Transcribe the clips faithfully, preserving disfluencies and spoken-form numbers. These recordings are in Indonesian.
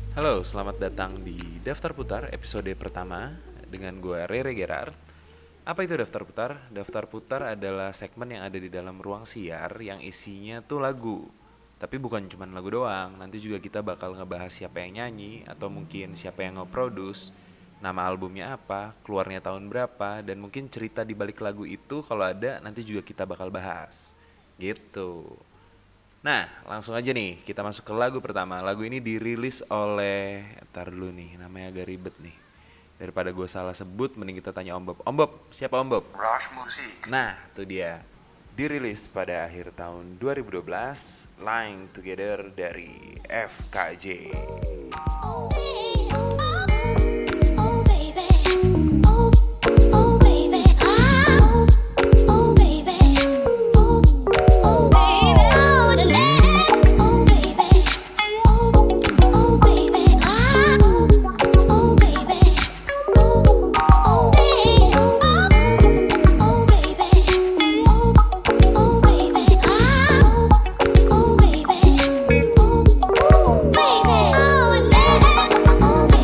Halo, selamat datang di Daftar Putar episode pertama dengan gue Rere Gerard. Apa itu Daftar Putar? Daftar Putar adalah segmen yang ada di dalam ruang siar yang isinya tuh lagu. Tapi bukan cuma lagu doang, nanti juga kita bakal ngebahas siapa yang nyanyi atau mungkin siapa yang nge-produce, nama albumnya apa, keluarnya tahun berapa, dan mungkin cerita di balik lagu itu kalau ada nanti juga kita bakal bahas. Gitu. Nah, langsung aja nih, kita masuk ke lagu pertama. Lagu ini dirilis oleh, ntar dulu nih, namanya agak ribet nih. Daripada gue salah sebut, mending kita tanya Om Bob. Om Bob, siapa Om Bob? Rush Music. Nah, itu dia. Dirilis pada akhir tahun dua ribu dua belas, Lying Together dari F K J. Oh baby, oh baby, oh oh baby, oh oh baby, oh oh baby, oh the night, oh baby, oh oh baby, oh oh baby, oh oh baby, oh oh baby, oh oh baby, oh oh baby, oh baby, oh baby.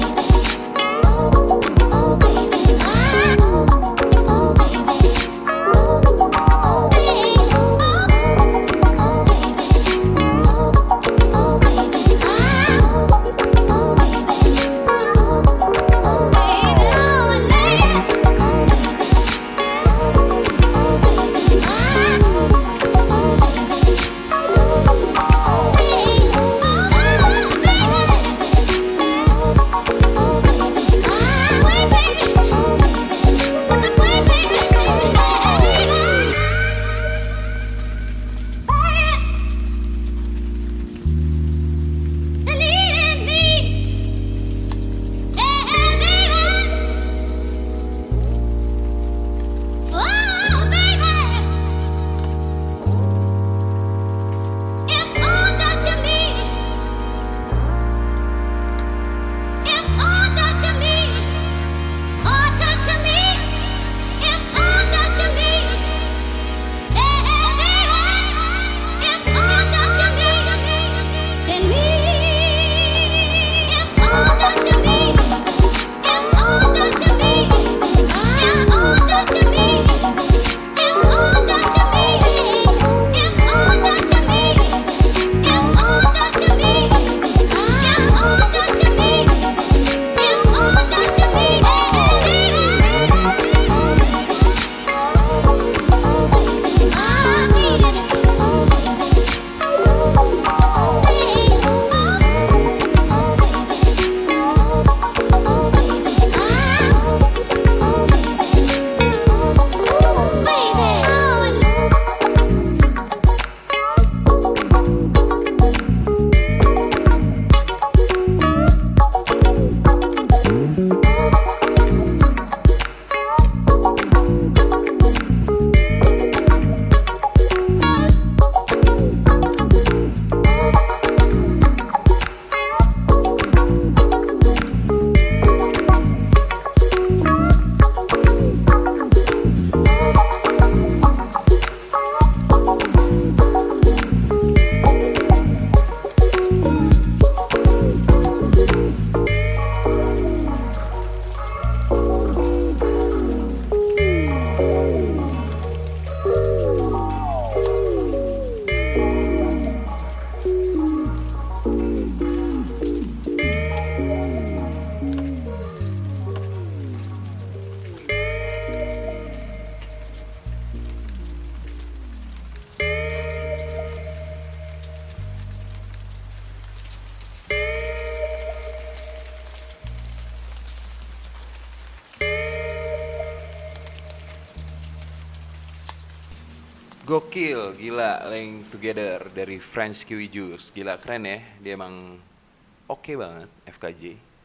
Gokil, gila, Lying Together dari French Kiwi Juice. Gila, keren ya, dia emang oke banget, F K J.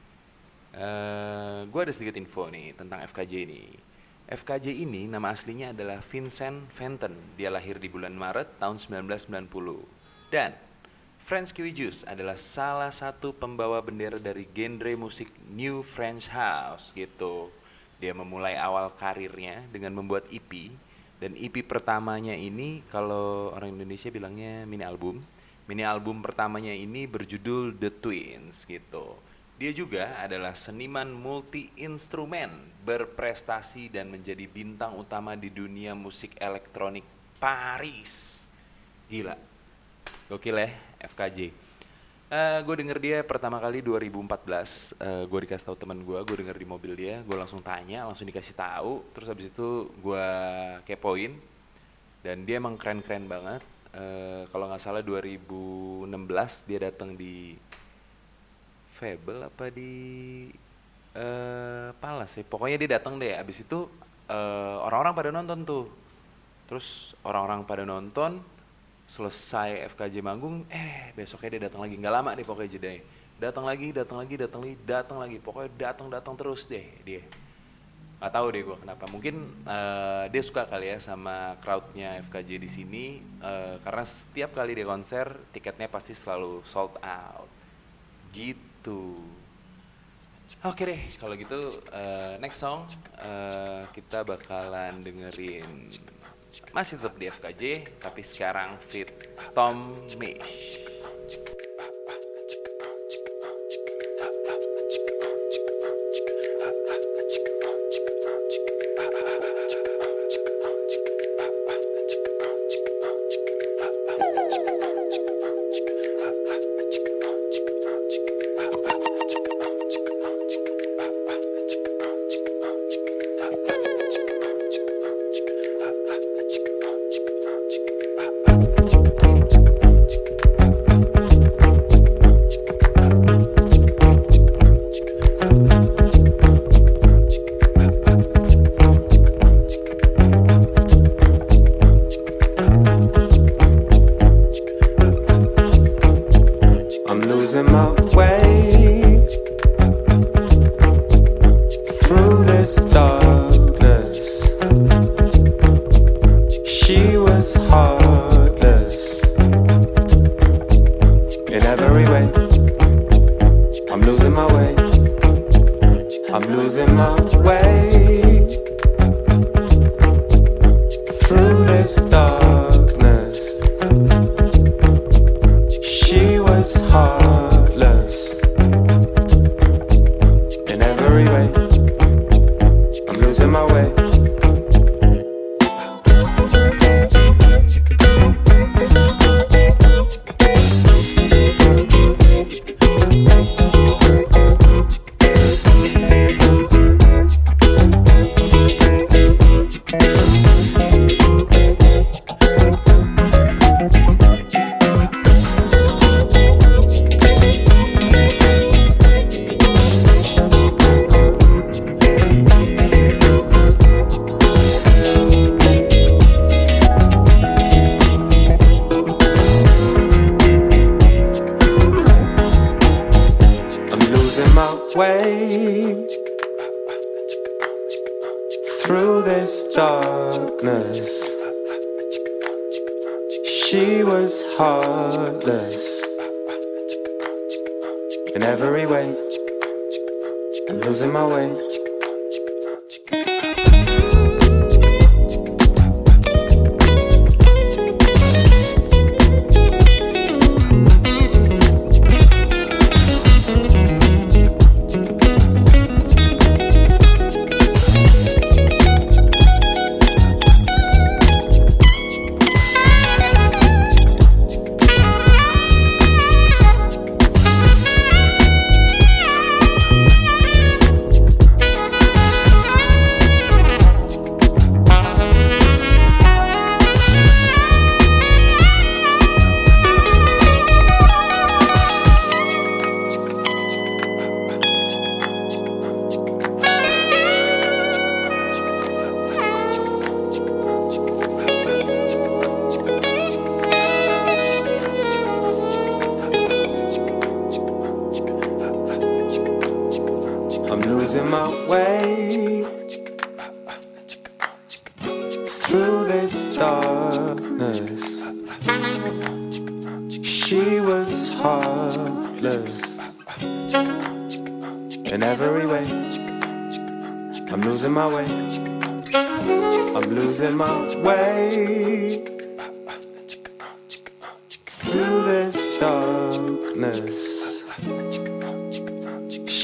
Eh, gue ada sedikit info nih tentang F K J ini. F K J ini nama aslinya adalah Vincent Fenton. Dia lahir di bulan Maret tahun sembilan belas sembilan puluh. Dan French Kiwi Juice adalah salah satu pembawa bendera dari genre musik New French House gitu. Dia memulai awal karirnya dengan membuat E P. Dan E P pertamanya ini kalau orang Indonesia bilangnya mini album. Mini album pertamanya ini berjudul The Twins gitu. Dia juga adalah seniman multi-instrumen, berprestasi dan menjadi bintang utama di dunia musik elektronik Paris. Gila, gokil ya F K J. Uh, gue denger dia pertama kali dua ribu empat belas, uh, gue dikasih tahu teman gue, gue denger di mobil dia, gue langsung tanya, langsung dikasih tahu, terus habis itu gue kepoin, dan dia emang keren-keren banget. Uh, kalau nggak salah dua ribu enam belas dia datang di Fable apa di uh, Palace ya, pokoknya dia datang deh. Abis itu uh, orang-orang pada nonton tuh, terus orang-orang pada nonton. Selesai F K J manggung, eh besoknya dia datang lagi, nggak lama deh pokoknya jedanya. Datang lagi, datang lagi, datang lagi, datang lagi, pokoknya datang-datang terus deh dia. Nggak tahu deh gue kenapa. Mungkin uh, dia suka kali ya sama crowdnya F K J di sini, uh, karena setiap kali dia konser tiketnya pasti selalu sold out. Gitu. Oke deh, kalau gitu uh, next song uh, kita bakalan dengerin. Masih tetap di F K J, tapi sekarang feat Tom Misch.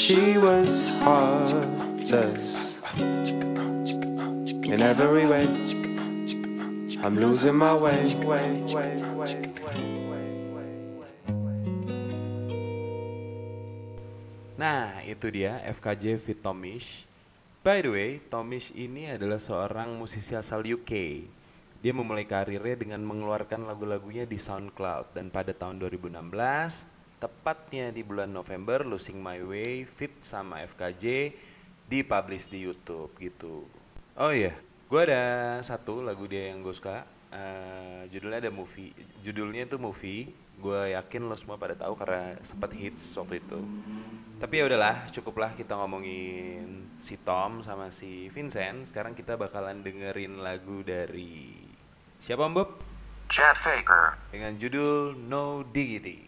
she was heartless in every way. I'm losing my way. Nah, itu dia F K J feat Tomish. By the way, Tomish ini adalah seorang musisi asal U K. Dia memulai karirnya dengan mengeluarkan lagu-lagunya di SoundCloud. Dan pada tahun dua ribu enam belas, tepatnya di bulan November, Losing My Way feat sama F K J dipublish di YouTube gitu. Oh iya, gue ada satu lagu dia yang gue suka. Uh, judulnya ada movie. Judulnya itu Movie. Gue yakin lo semua pada tahu karena sempat hits waktu itu. Tapi ya udahlah, cukuplah kita ngomongin si Tom sama si Vincent. Sekarang kita bakalan dengerin lagu dari siapa Om Bob? Chad Faker Dengan judul No Diggity.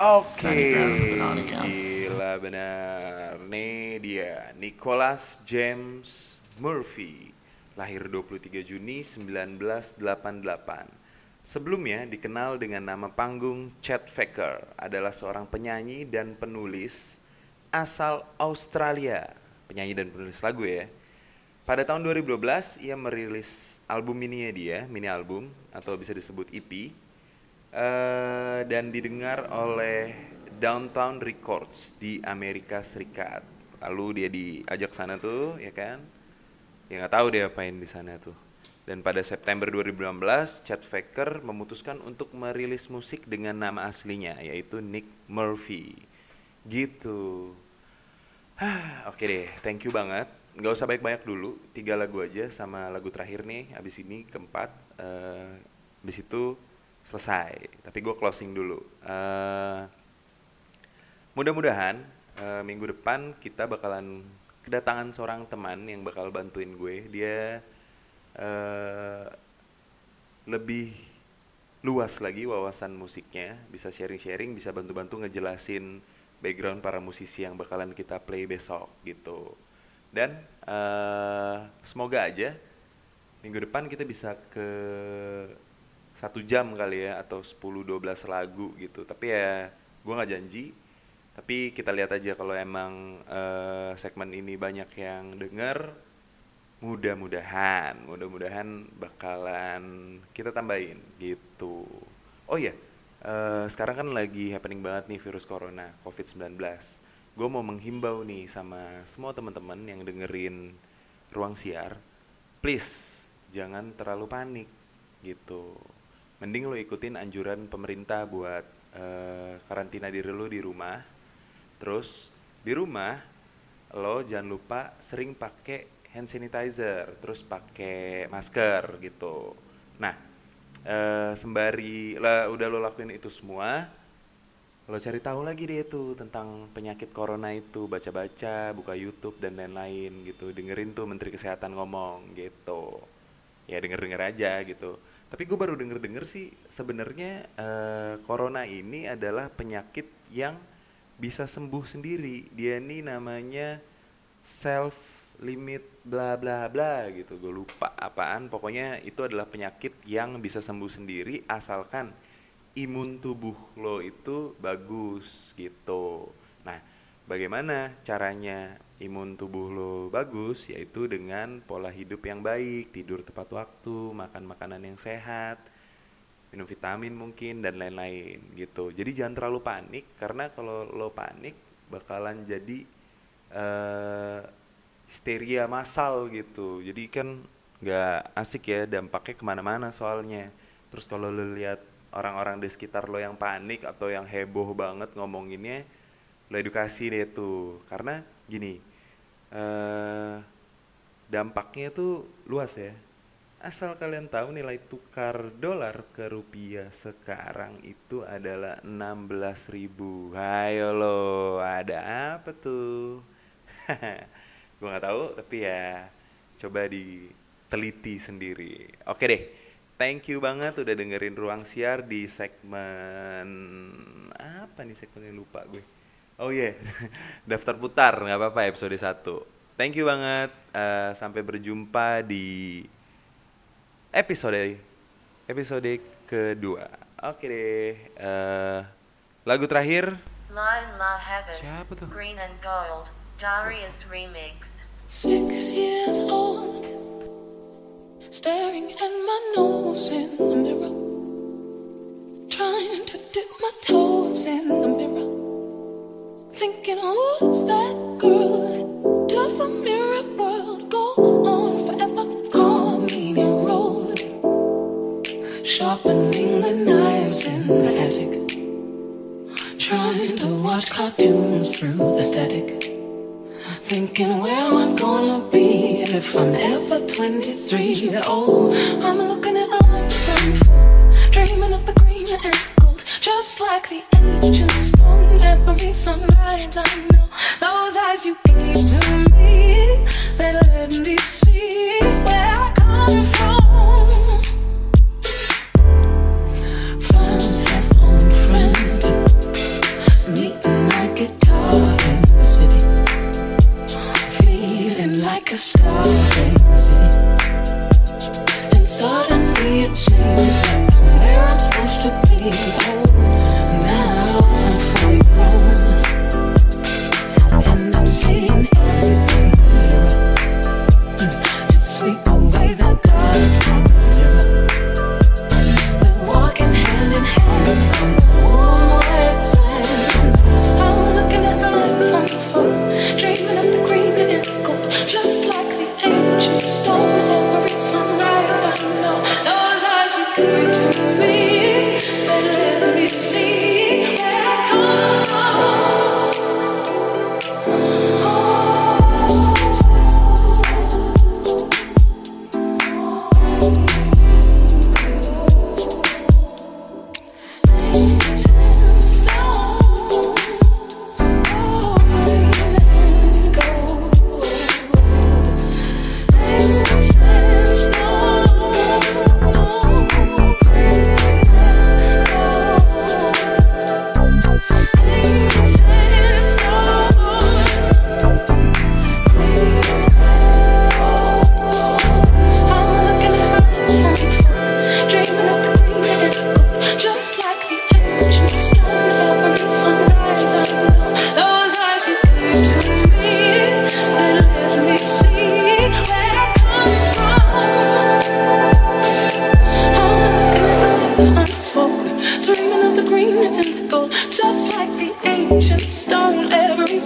Oke, Danny Brown, benar kan? gila benar. Nih dia, Nicholas James Murphy, lahir dua puluh tiga Juni sembilan belas delapan puluh delapan. Sebelumnya dikenal dengan nama panggung Chet Faker, adalah seorang penyanyi dan penulis asal Australia. Penyanyi dan penulis lagu ya. Pada tahun dua ribu dua belas ia merilis album mininya dia, mini album atau bisa disebut E P. Uh, dan didengar oleh Downtown Records di Amerika Serikat. Lalu dia diajak sana tuh, ya kan? Ya nggak tahu dia apain di sana tuh. Dan pada September dua ribu enam belas, Chet Faker memutuskan untuk merilis musik dengan nama aslinya, yaitu Nick Murphy. Gitu. Hah, oke deh, thank you banget. Nggak usah banyak-banyak dulu, tiga lagu aja sama lagu terakhir nih. Abis ini keempat, uh, abis itu selesai, tapi gue closing dulu. Uh, mudah-mudahan uh, minggu depan kita bakalan kedatangan seorang teman yang bakal bantuin gue. Dia uh, lebih luas lagi wawasan musiknya, bisa sharing-sharing, bisa bantu-bantu ngejelasin background para musisi yang bakalan kita play besok gitu. Dan uh, semoga aja minggu depan kita bisa ke satu jam kali ya, atau sepuluh dua belas lagu gitu. Tapi ya gue gak janji, tapi kita lihat aja kalau emang uh, segmen ini banyak yang denger. Mudah-mudahan Mudah-mudahan bakalan kita tambahin gitu. Oh iya, uh, sekarang kan lagi happening banget nih virus corona covid sembilan belas. Gue mau menghimbau nih sama semua teman-teman yang dengerin Ruang Siar, please jangan terlalu panik gitu. Mending lo ikutin anjuran pemerintah buat uh, karantina diri lo di rumah. Terus di rumah lo jangan lupa sering pakai hand sanitizer, terus pakai masker gitu. Nah, uh, sembari lah udah lo lakuin itu semua, lo cari tahu lagi deh tuh tentang penyakit corona itu, baca-baca, buka YouTube dan lain-lain gitu. Dengerin tuh Menteri Kesehatan ngomong gitu. Ya denger-denger aja gitu. Tapi gue baru denger-denger sih sebenarnya uh, corona ini adalah penyakit yang bisa sembuh sendiri. Dia ini namanya self limit bla bla bla gitu. Gue lupa apaan. Pokoknya itu adalah penyakit yang bisa sembuh sendiri asalkan imun tubuh lo itu bagus gitu. Nah, bagaimana caranya imun tubuh lo bagus? Yaitu dengan pola hidup yang baik, tidur tepat waktu, makan makanan yang sehat, minum vitamin mungkin, dan lain-lain gitu. Jadi jangan terlalu panik, karena kalau lo panik bakalan jadi uh, histeria massal gitu. Jadi kan gak asik ya, dampaknya kemana-mana soalnya. Terus kalau lo lihat orang-orang di sekitar lo yang panik atau yang heboh banget ngomonginnya, lo edukasi deh tuh. Karena gini, eh, dampaknya tuh luas ya. Asal kalian tahu nilai tukar dolar ke rupiah sekarang itu adalah enam belas ribu. Hayo lo, ada apa tuh? Gue gak tahu, tapi ya coba diteliti sendiri. Oke deh. Thank you banget udah dengerin Ruang Siar di segmen apa nih segmennya, lupa gue. Oh iya, yeah. Daftar putar, nggak apa-apa episode satu. Thank you banget. Uh, sampai berjumpa di episode episode kedua. Oke deh. Uh, lagu terakhir. Lion La Hevis, Siapa tuh? Green and Gold, Darius Remix. Six years old, staring at my nose in the mirror, trying to dip my toes in the mirror, thinking, who's that girl? Does the mirror world go on forever? Call me a road, sharpening the knives in the attic, trying to watch cartoons through the static, thinking, where am I gonna be if I'm ever twenty-three? Oh, I'm looking at eyes and dreaming of the green and gold, just like the ancient stone. Every sunrise I know those eyes you gave to me, they let me see where I come from. Found that old friend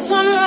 sunrise.